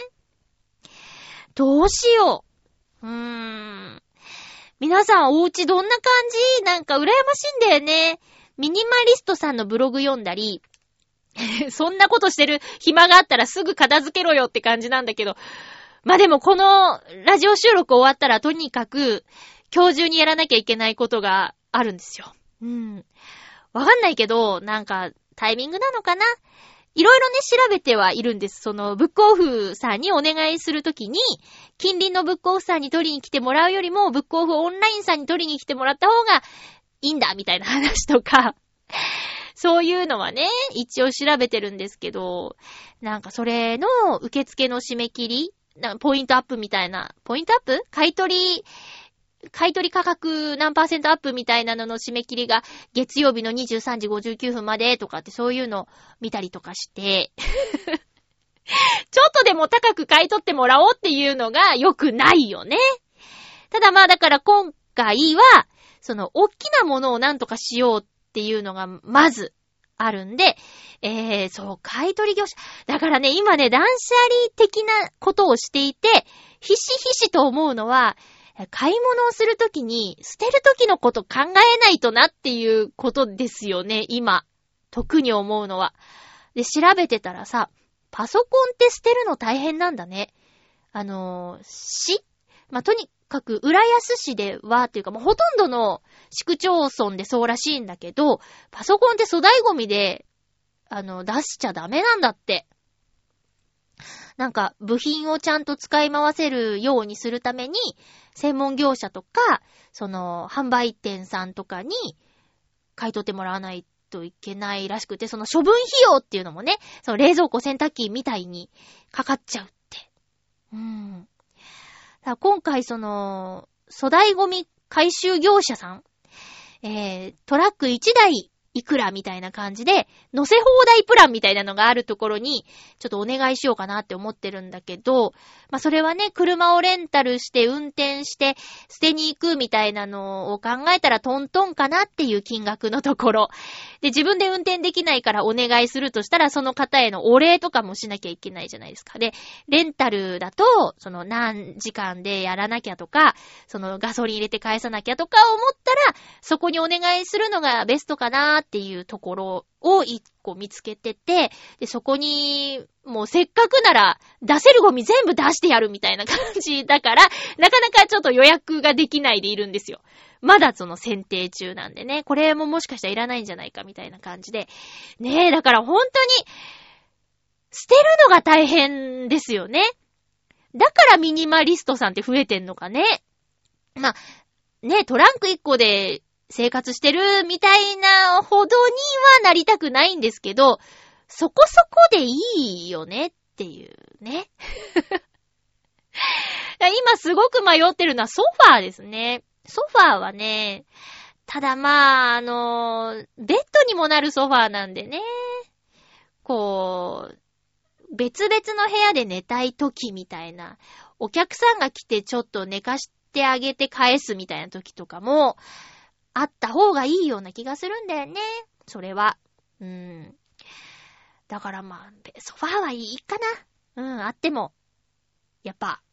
どうしよう。うーん。皆さんお家どんな感じ？なんか羨ましいんだよね。ミニマリストさんのブログ読んだり、そんなことしてる暇があったらすぐ片付けろよって感じなんだけど、まあでもこのラジオ収録終わったらとにかく今日中にやらなきゃいけないことがあるんですよ。うん。わかんないけど、なんかタイミングなのかな？いろいろね、調べてはいるんです。その、ブックオフさんにお願いするときに、近隣のブックオフさんに取りに来てもらうよりも、ブックオフオンラインさんに取りに来てもらった方がいいんだ、みたいな話とか、そういうのはね、一応調べてるんですけど、なんかそれの受付の締め切り、なんかポイントアップみたいな、ポイントアップ？買い取り、買い取り価格何パーセントアップみたいなのの締め切りが月曜日のにじゅうさんじごじゅうきゅうふんまでとかってそういうの見たりとかしてちょっとでも高く買い取ってもらおうっていうのが良くないよね。ただまあだから今回はその大きなものをなんとかしようっていうのがまずあるんで、えー、そう買い取り業者だからね、今ね断捨離的なことをしていてひしひしと思うのは、買い物をするときに捨てるときのこと考えないとなっていうことですよね、今。特に思うのは。で、調べてたらさ、パソコンって捨てるの大変なんだね。あのー、市まあ、とにかく浦安市ではっていうか、もうほとんどの市区町村でそうらしいんだけど、パソコンって粗大ゴミで、あの、出しちゃダメなんだって。なんか部品をちゃんと使い回せるようにするために専門業者とかその販売店さんとかに買い取ってもらわないといけないらしくて、その処分費用っていうのもね、その冷蔵庫洗濯機みたいにかかっちゃうって。うん。だから今回その粗大ゴミ回収業者さん、えー、トラックいちだいいくらみたいな感じで、乗せ放題プランみたいなのがあるところに、ちょっとお願いしようかなって思ってるんだけど、まあそれはね、車をレンタルして運転して捨てに行くみたいなのを考えたらトントンかなっていう金額のところ。で、自分で運転できないからお願いするとしたら、その方へのお礼とかもしなきゃいけないじゃないですか。で、レンタルだと、その何時間でやらなきゃとか、そのガソリン入れて返さなきゃとか思ったら、そこにお願いするのがベストかなっていうところを一個見つけてて、で、そこに、もうせっかくなら出せるゴミ全部出してやるみたいな感じだから、なかなかちょっと予約ができないでいるんですよ。まだその選定中なんでね、これももしかしたらいらないんじゃないかみたいな感じで。ねえ、だから本当に、捨てるのが大変ですよね。だからミニマリストさんって増えてんのかね。まあ、ね、トランクいっこで生活してるみたいなほどにはなりたくないんですけど、そこそこでいいよねっていうね。今すごく迷ってるのはソファーですね。ソファーはね、ただまあ、あの、ベッドにもなるソファーなんでね、こう、別々の部屋で寝たい時みたいな、お客さんが来てちょっと寝かしてあげて返すみたいな時とかも、あった方がいいような気がするんだよね。それは。うん。だからまあ、ソファーはいいかな。うん、あっても。やっぱ。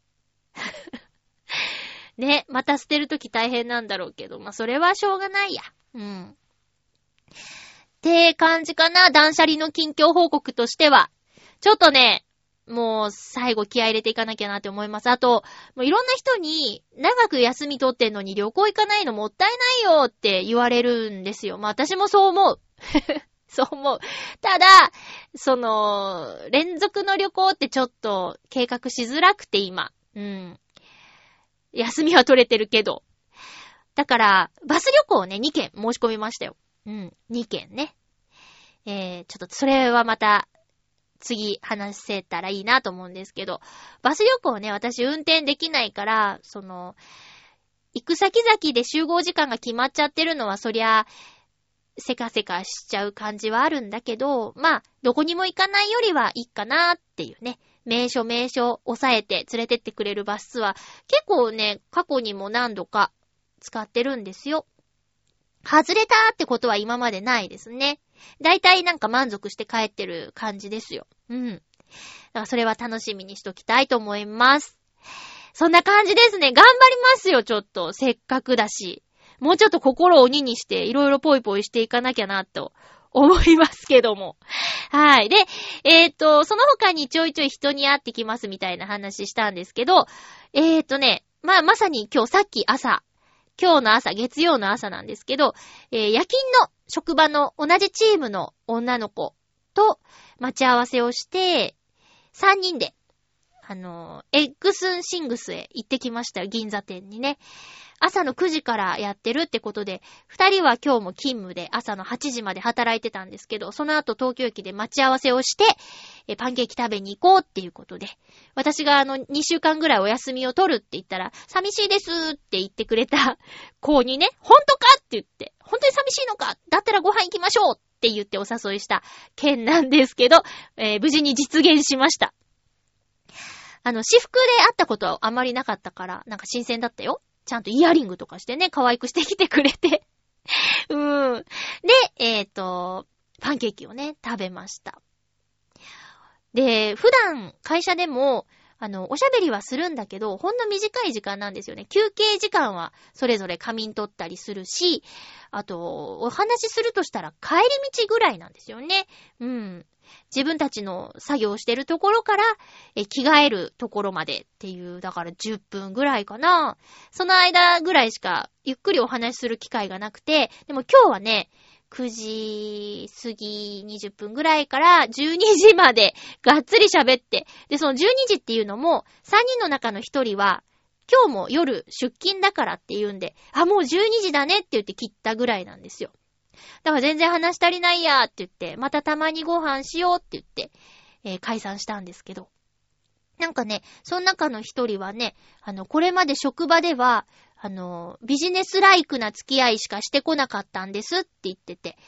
ね、また捨てるとき大変なんだろうけど、まあそれはしょうがないや。うん。って感じかな、断捨離の近況報告としては。ちょっとね、もう最後気合い入れていかなきゃなって思います。あと、もういろんな人に長く休み取ってんのに旅行行かないのもったいないよって言われるんですよ。まあ私もそう思う。そう思う。ただ、その、連続の旅行ってちょっと計画しづらくて今。うん。休みは取れてるけど。だから、バス旅行をね、にけん申し込みましたよ。うん、にけんね。えー、ちょっとそれはまた、次話せたらいいなと思うんですけど、バス旅行ね、私運転できないから、その、行く先々で集合時間が決まっちゃってるのは、そりゃ、せかせかしちゃう感じはあるんだけど、まあ、どこにも行かないよりはいいかなっていうね。名所名所抑えて連れてってくれるバスツアー、結構ね、過去にも何度か使ってるんですよ。外れたってことは今までないですね。だいたいなんか満足して帰ってる感じですよ。うん。だからそれは楽しみにしときたいと思います。そんな感じですね。頑張りますよ、ちょっと。せっかくだし。もうちょっと心を鬼にしていろいろポイポイしていかなきゃなと思いますけども。はい。で、えっと、その他にちょいちょい人に会ってきますみたいな話したんですけど、えっとね、まあまさに今日さっき朝、今日の朝、月曜の朝なんですけど、えー、夜勤の職場の同じチームの女の子と待ち合わせをして、さんにんで、あのー、エッグスンシングスへ行ってきましたよ、銀座店にね。朝のくじからやってるってことで、二人は今日も勤務で朝のはちじまで働いてたんですけど、その後東京駅で待ち合わせをして、えパンケーキ食べに行こうっていうことで、私があのにしゅうかんぐらいお休みを取るって言ったら、寂しいですって言ってくれた子にね、本当かって言って、本当に寂しいのかだったらご飯行きましょうって言ってお誘いした件なんですけど、えー、無事に実現しました。あの、私服で会ったことはあまりなかったから、なんか新鮮だったよ。ちゃんとイヤリングとかしてね、可愛くしてきてくれて。うーん。で、えっと、パンケーキをね、食べました。で、普段会社でも、あの、おしゃべりはするんだけど、ほんの短い時間なんですよね。休憩時間はそれぞれ仮眠取ったりするし、あと、お話しするとしたら帰り道ぐらいなんですよね。うん。自分たちの作業をしてるところからえ着替えるところまでっていう、だからじゅっぷんぐらいかな。その間ぐらいしかゆっくりお話しする機会がなくて、でも今日はね、くじ過ぎにじゅっぷんぐらいからじゅうにじまでがっつり喋って、で、そのじゅうにじっていうのもさんにんの中のひとりは今日も夜出勤だからって言うんで、あ、もうじゅうにじだねって言って切ったぐらいなんですよ。だから全然話足りないやって言って、またたまにご飯しようって言って、えー、解散したんですけど。なんかね、その中の一人はね、あの、これまで職場では、あの、ビジネスライクな付き合いしかしてこなかったんですって言ってて、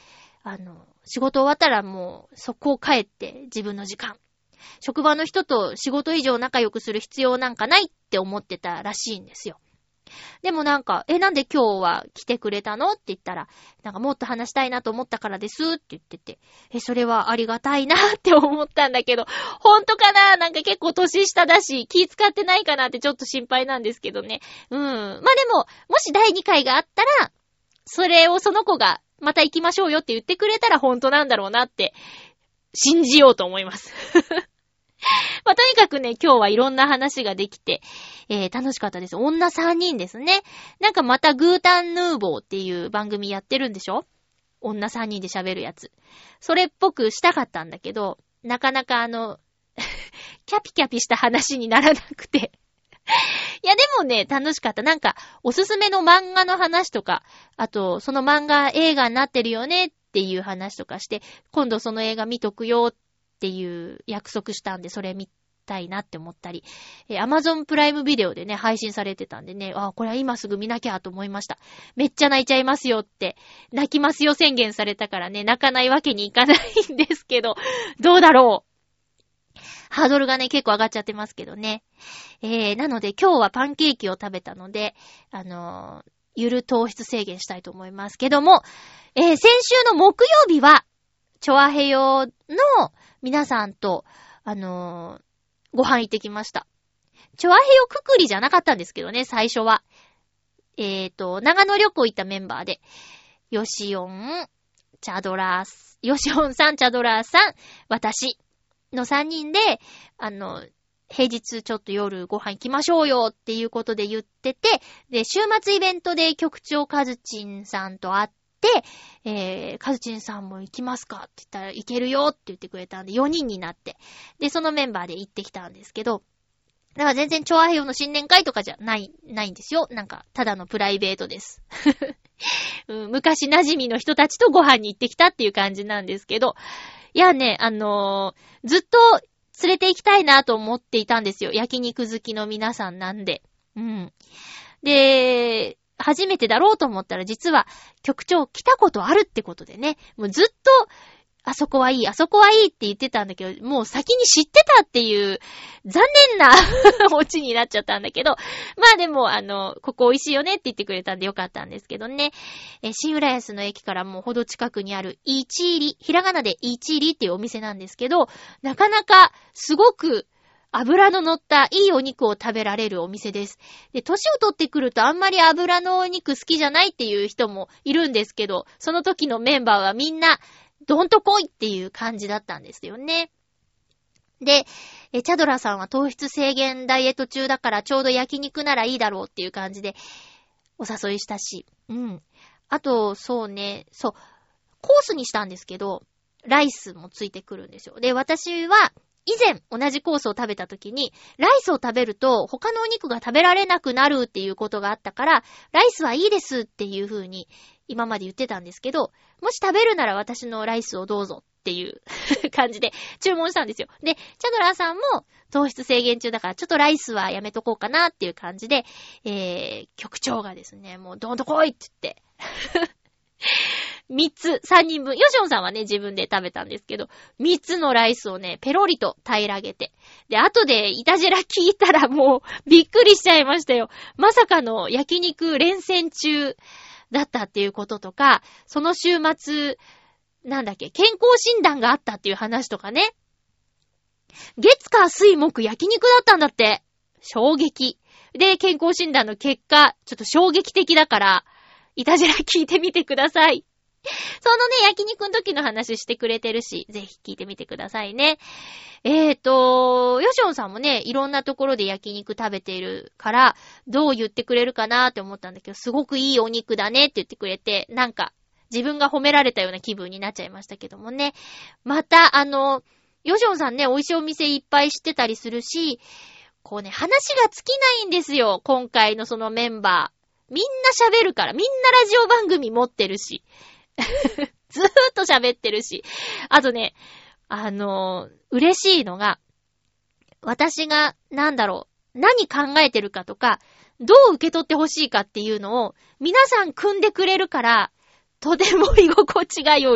あの、仕事終わったらもう、速攻帰って自分の時間。職場の人と仕事以上仲良くする必要なんかないって思ってたらしいんですよ。でもなんか、え、なんで今日は来てくれたのって言ったら、なんかもっと話したいなと思ったからですって言ってて、え、それはありがたいなって思ったんだけど、ほんとかな？なんか結構年下だし、気使ってないかなってちょっと心配なんですけどね。うん。まあでも、もしだいにかいがあったら、それをその子がまた行きましょうよって言ってくれたら本当なんだろうなって信じようと思います。まあ、とにかくね、今日はいろんな話ができて、えー、楽しかったです。女さんにんですね。なんかまたグータンヌーボーっていう番組やってるんでしょ？女さんにんで喋るやつ。それっぽくしたかったんだけど、なかなかあの、キャピキャピした話にならなくて。いやでもね、楽しかった。なんか、おすすめの漫画の話とか、あと、その漫画映画になってるよねっていう話とかして、今度その映画見とくよっていう約束したんで、それ見たいなって思ったり、えー、Amazon プライムビデオでね、配信されてたんでね、あ、これは今すぐ見なきゃと思いました。めっちゃ泣いちゃいますよって、泣きますよ宣言されたからね、泣かないわけにいかないんですけど、どうだろう。ハードルがね、結構上がっちゃってますけどね。えー、なので今日はパンケーキを食べたので、あのー、ゆる糖質制限したいと思いますけども、えー、先週の木曜日は、チョアヘヨの皆さんと、あのー、ご飯行ってきました。チョアヘヨくくりじゃなかったんですけどね、最初は。えーと、長野旅行行ったメンバーで、ヨシオン、チャドラース、ヨシオンさん、チャドラーさん、私のさんにんで、あの、平日ちょっと夜ご飯行きましょうよっていうことで言ってて、で、週末イベントで局長カズチンさんと会って、えー、カズチンさんも行きますかって言ったら行けるよって言ってくれたんでよにんになって、で、そのメンバーで行ってきたんですけど、だから全然チョアヘヨの新年会とかじゃない、ないんですよ。なんか、ただのプライベートです。うん、昔馴染みの人たちとご飯に行ってきたっていう感じなんですけど、いやね、あのー、ずっと連れて行きたいなと思っていたんですよ。焼肉好きの皆さんなんで。うん。で、初めてだろうと思ったら実は局長来たことあるってことでね、もうずっとあそこはいい、あそこはいいって言ってたんだけど、もう先に知ってたっていう残念なオチになっちゃったんだけど、まあでもあの、ここ美味しいよねって言ってくれたんでよかったんですけどね。え新浦安の駅からもうほど近くにあるイチリ、ひらがなでイチリっていうお店なんですけど、なかなかすごく油の乗ったいいお肉を食べられるお店です。で、年を取ってくるとあんまり油のお肉好きじゃないっていう人もいるんですけど、その時のメンバーはみんなどんと来いっていう感じだったんですよね。で、えチャドラさんは糖質制限ダイエット中だからちょうど焼肉ならいいだろうっていう感じでお誘いしたし。うん。あと、そうね、そう、コースにしたんですけど、ライスもついてくるんですよ。で、私は以前同じコースを食べた時に、ライスを食べると他のお肉が食べられなくなるっていうことがあったから、ライスはいいですっていう風に今まで言ってたんですけど、もし食べるなら私のライスをどうぞっていう感じで注文したんですよ。で、チャドラーさんも糖質制限中だからちょっとライスはやめとこうかなっていう感じで、えー、局長がですね、もうどんと来いって言ってみっつ、さんにんぶん。ヨシオンさんはね、自分で食べたんですけど、みっつのライスをね、ペロリと平らげて。で、後でイタジェラ聞いたらもうびっくりしちゃいましたよ。まさかの焼肉連戦中だったっていうこととか、その週末、なんだっけ、健康診断があったっていう話とかね。月火水木焼肉だったんだって。衝撃。で、健康診断の結果、ちょっと衝撃的だから、イタジェラ聞いてみてください。そのね、焼肉の時の話してくれてるし、ぜひ聞いてみてくださいね。えーと、ヨシオンさんもね、いろんなところで焼肉食べているから、どう言ってくれるかなって思ったんだけど、すごくいいお肉だねって言ってくれて、なんか、自分が褒められたような気分になっちゃいましたけどもね。また、あの、ヨシオンさんね、美味しいお店いっぱい知ってたりするし、こうね、話が尽きないんですよ、今回のそのメンバー。みんな喋るから、みんなラジオ番組持ってるし。ずーっと喋ってるし。あとね、あのー、嬉しいのが、私が、なんだろう、何考えてるかとか、どう受け取ってほしいかっていうのを、皆さん組んでくれるから、とても居心地が良い。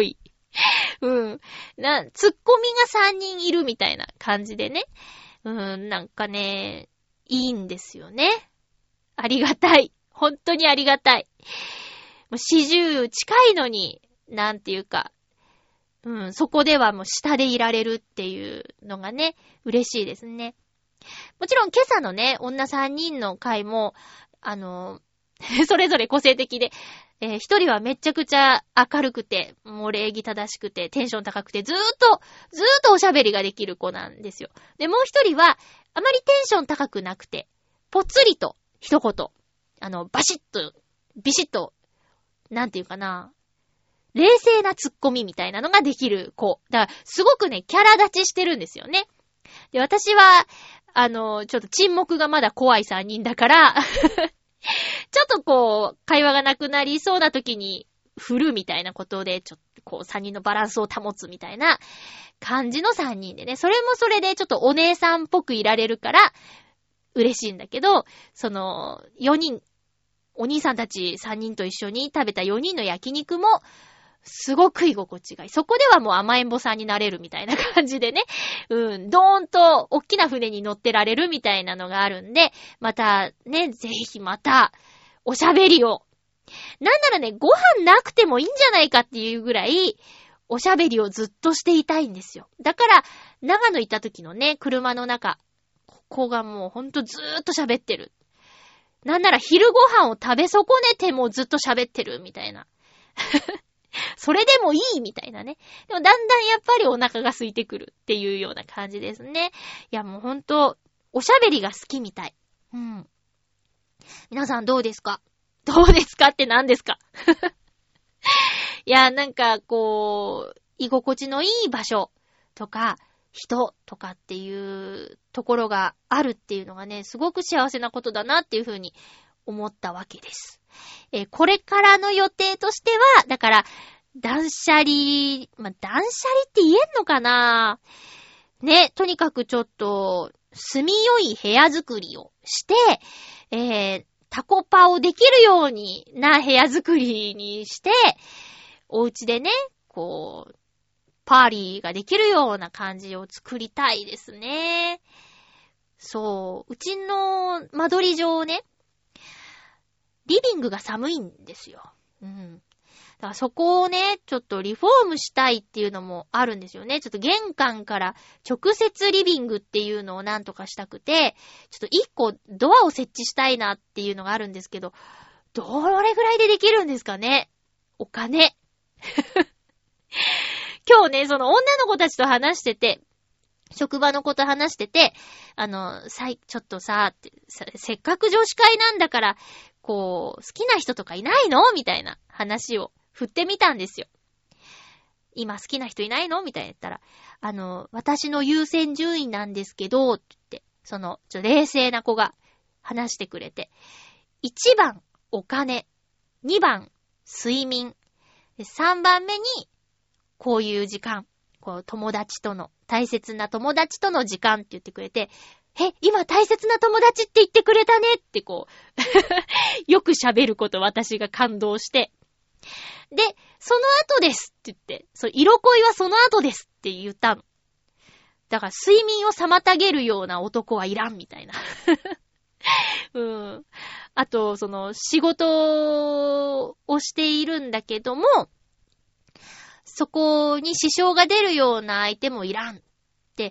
うん。な、ツッコミがさんにんいるみたいな感じでね。うん、なんかね、いいんですよね。ありがたい。本当にありがたい。もう四十近いのに、なんていうか、うん、そこではもう下でいられるっていうのがね、嬉しいですね。もちろん今朝のね、女さんにんの回も、あの、それぞれ個性的で、えー、一人はめちゃくちゃ明るくて、もう礼儀正しくて、テンション高くて、ずーっと、ずーっとおしゃべりができる子なんですよ。で、もう一人は、あまりテンション高くなくて、ぽつりと、一言、あの、バシッと、ビシッと、なんていうかな、冷静なツッコミみたいなのができる子。だから、すごくね、キャラ立ちしてるんですよね。で、私は、あの、ちょっと沈黙がまだ怖いさんにんだから、ちょっとこう、会話がなくなりそうな時に振るみたいなことで、ちょっとこう、さんにんのバランスを保つみたいな感じのさんにんでね、それもそれでちょっとお姉さんっぽくいられるから、嬉しいんだけど、その、よにん、お兄さんたちさんにんと一緒に食べたよにんの焼肉も、すごく居心地がいい。そこではもう甘えんぼさんになれるみたいな感じでね。うん、ドーンと大きな船に乗ってられるみたいなのがあるんで、またね、ぜひまた、おしゃべりを。なんならね、ご飯なくてもいいんじゃないかっていうぐらい、おしゃべりをずっとしていたいんですよ。だから、長野行った時のね、車の中、ここがもうほんとずーっと喋ってる。なんなら昼ご飯を食べ損ねてもずっと喋ってるみたいな。それでもいいみたいなね。でもだんだんやっぱりお腹が空いてくるっていうような感じですね。いやもうほんと、おしゃべりが好きみたい。うん。皆さんどうですか？どうですかって何ですか？いやなんかこう、居心地のいい場所とか、人とかっていうところがあるっていうのがね、すごく幸せなことだなっていうふうに思ったわけです。えー、これからの予定としては、だから、断捨離、まあ、断捨離って言えんのかな？ね、とにかくちょっと、住みよい部屋作りをして、えー、タコパをできるようにな部屋作りにして、お家でね、こう、パーリーができるような感じを作りたいですね。そう、うちの間取り上ね、リビングが寒いんですよ。うん。だからそこをね、ちょっとリフォームしたいっていうのもあるんですよね。ちょっと玄関から直接リビングっていうのをなんとかしたくて、ちょっと一個ドアを設置したいなっていうのがあるんですけど、どれぐらいでできるんですかね？お金。今日ね、その女の子たちと話してて、職場の子と話してて、あの、さい、ちょっとさ、ってさ、せっかく女子会なんだから、こう、好きな人とかいないの？みたいな話を振ってみたんですよ。今好きな人いないの？みたいな言ったら、あの、私の優先順位なんですけど、って言って、その、ちょ、冷静な子が話してくれて、いちばん、お金、にばん、睡眠、さんばんめに、こういう時間、こう、友達との、大切な友達との時間って言ってくれて、え、今大切な友達って言ってくれたねってこう、よく喋ること私が感動して、で、その後ですって言って、そう、色恋はその後ですって言ったの。だから睡眠を妨げるような男はいらんみたいな。うん。あと、その、仕事をしているんだけども、そこに支障が出るような相手もいらん。って、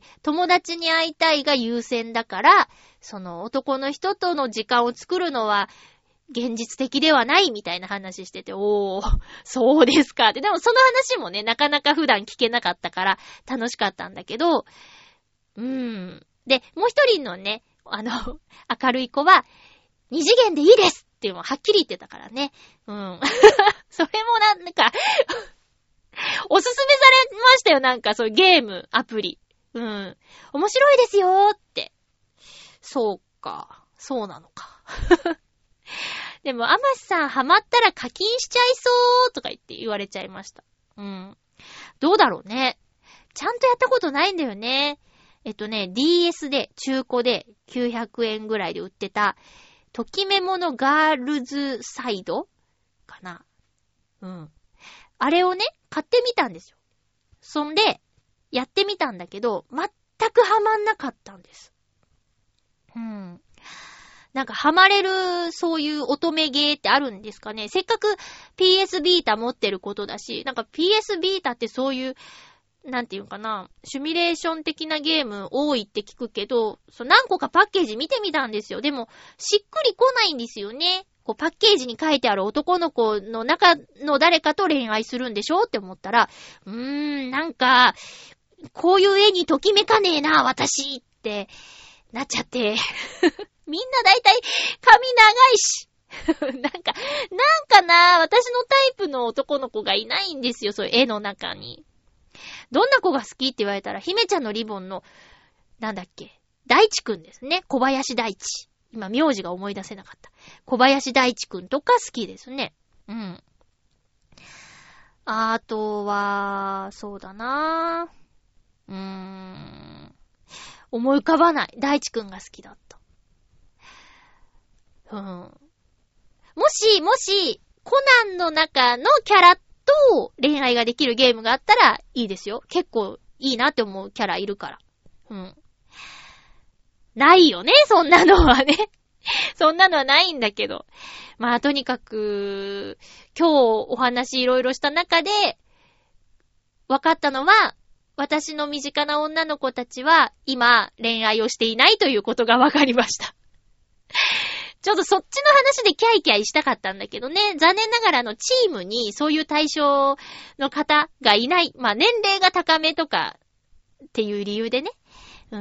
友達に会いたいが優先だから、その男の人との時間を作るのは現実的ではないみたいな話してて、おー、そうですかって。でもその話もね、なかなか普段聞けなかったから楽しかったんだけど、うーん。で、もう一人のね、あの、明るい子は、二次元でいいですっていうのをはっきり言ってたからね。うん。それもなんか、おすすめされましたよ、なんかそういうゲーム、アプリ。うん。面白いですよーって。そうか。そうなのか。でも、アマシさんハマったら課金しちゃいそうとか言って言われちゃいました。うん。どうだろうね。ちゃんとやったことないんだよね。えっとね、ディーエス で中古できゅうひゃくえんぐらいで売ってた、ときメモのガールズサイドかな。うん。あれをね、買ってみたんですよ。 そんで、やってみたんだけど、全くハマんなかったんです。うん。なんかハマれる、そういう乙女ゲーってあるんですかね。せっかく ピーエス ビータ持ってることだし、なんか ピーエス ビータってそういう、なんていうかな、シミュレーション的なゲーム多いって聞くけど、そう何個かパッケージ見てみたんですよ。でも、しっくりこないんですよね。こうパッケージに書いてある男の子の中の誰かと恋愛するんでしょって思ったら、うーん、なんか、こういう絵にときめかねえな、私ってなっちゃって。みんなだいたい髪長いし。なんか、なんかな、私のタイプの男の子がいないんですよ、そういう絵の中に。どんな子が好きって言われたら、姫ちゃんのリボンの、なんだっけ、大地くんですね。小林大地。今、名字が思い出せなかった。小林大地くんとか好きですね。うん。あとは、そうだなぁ。うーん。思い浮かばない。大地くんが好きだった。うん。もし、もし、コナンの中のキャラと恋愛ができるゲームがあったらいいですよ。結構いいなって思うキャラいるから。うん。ないよね、そんなのはね。そんなのはないんだけど。まあ、とにかく、今日お話いろいろした中で、分かったのは、私の身近な女の子たちは、今、恋愛をしていないということが分かりました。ちょっとそっちの話でキャイキャイしたかったんだけどね、残念ながらのチームにそういう対象の方がいない。まあ、年齢が高めとかっていう理由でね。うん。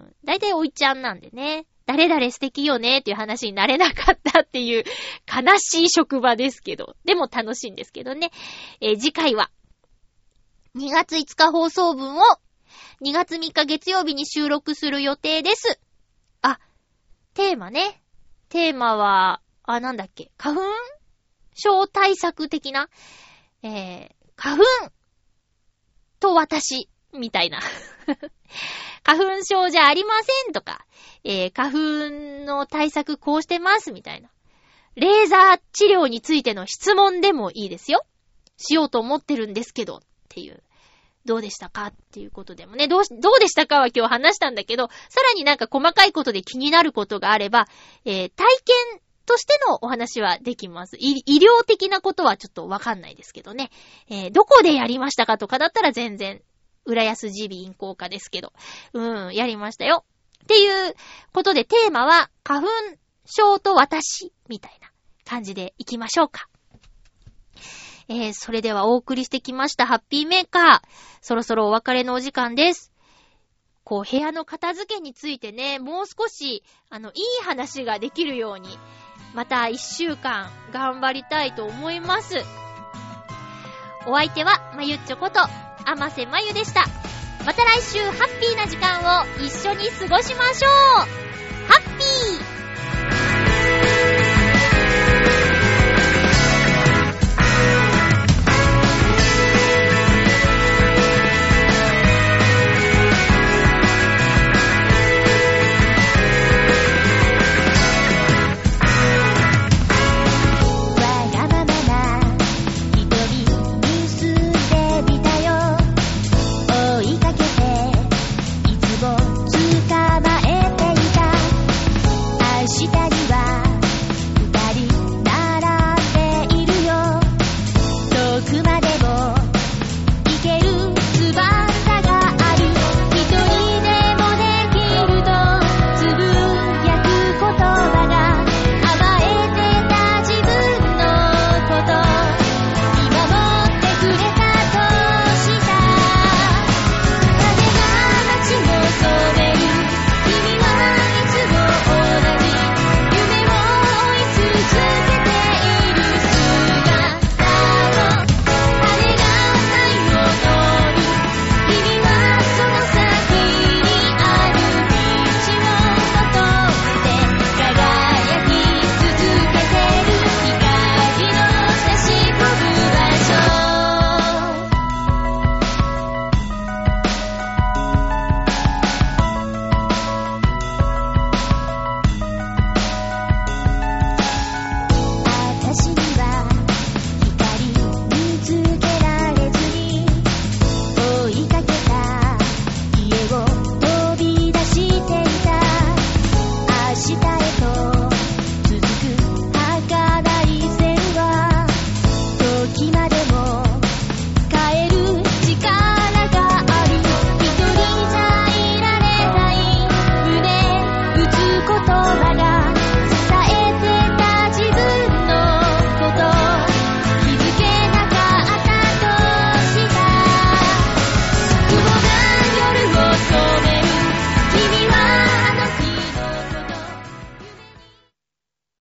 だいたいおいちゃんなんでね。誰々素敵よねっていう話になれなかったっていう悲しい職場ですけど。でも楽しいんですけどね。えー、次回はにがついつか放送分をにがつみっか月曜日に収録する予定です。あ、テーマね。テーマは、あ、なんだっけ、花粉症対策的な、えー、花粉と私みたいな花粉症じゃありませんとか、えー、花粉の対策こうしてますみたいな、レーザー治療についての質問でもいいですよ。しようと思ってるんですけどっていう、どうでしたかっていうことでもね、どうし、どうでしたかは今日話したんだけど、さらになんか細かいことで気になることがあれば、えー、体験としてのお話はできます。医、医療的なことはちょっとわかんないですけどね。えー、どこでやりましたかとかだったら全然、浦安耳鼻咽喉科ですけど、うん、やりましたよ。っていうことでテーマは、花粉症と私、みたいな感じでいきましょうか。えー、それではお送りしてきましたハッピーメーカー。そろそろお別れのお時間です。こう、部屋の片付けについてね、もう少し、あの、いい話ができるように、また一週間頑張りたいと思います。お相手は、まゆっちょこと、あませまゆでした。また来週ハッピーな時間を一緒に過ごしましょう。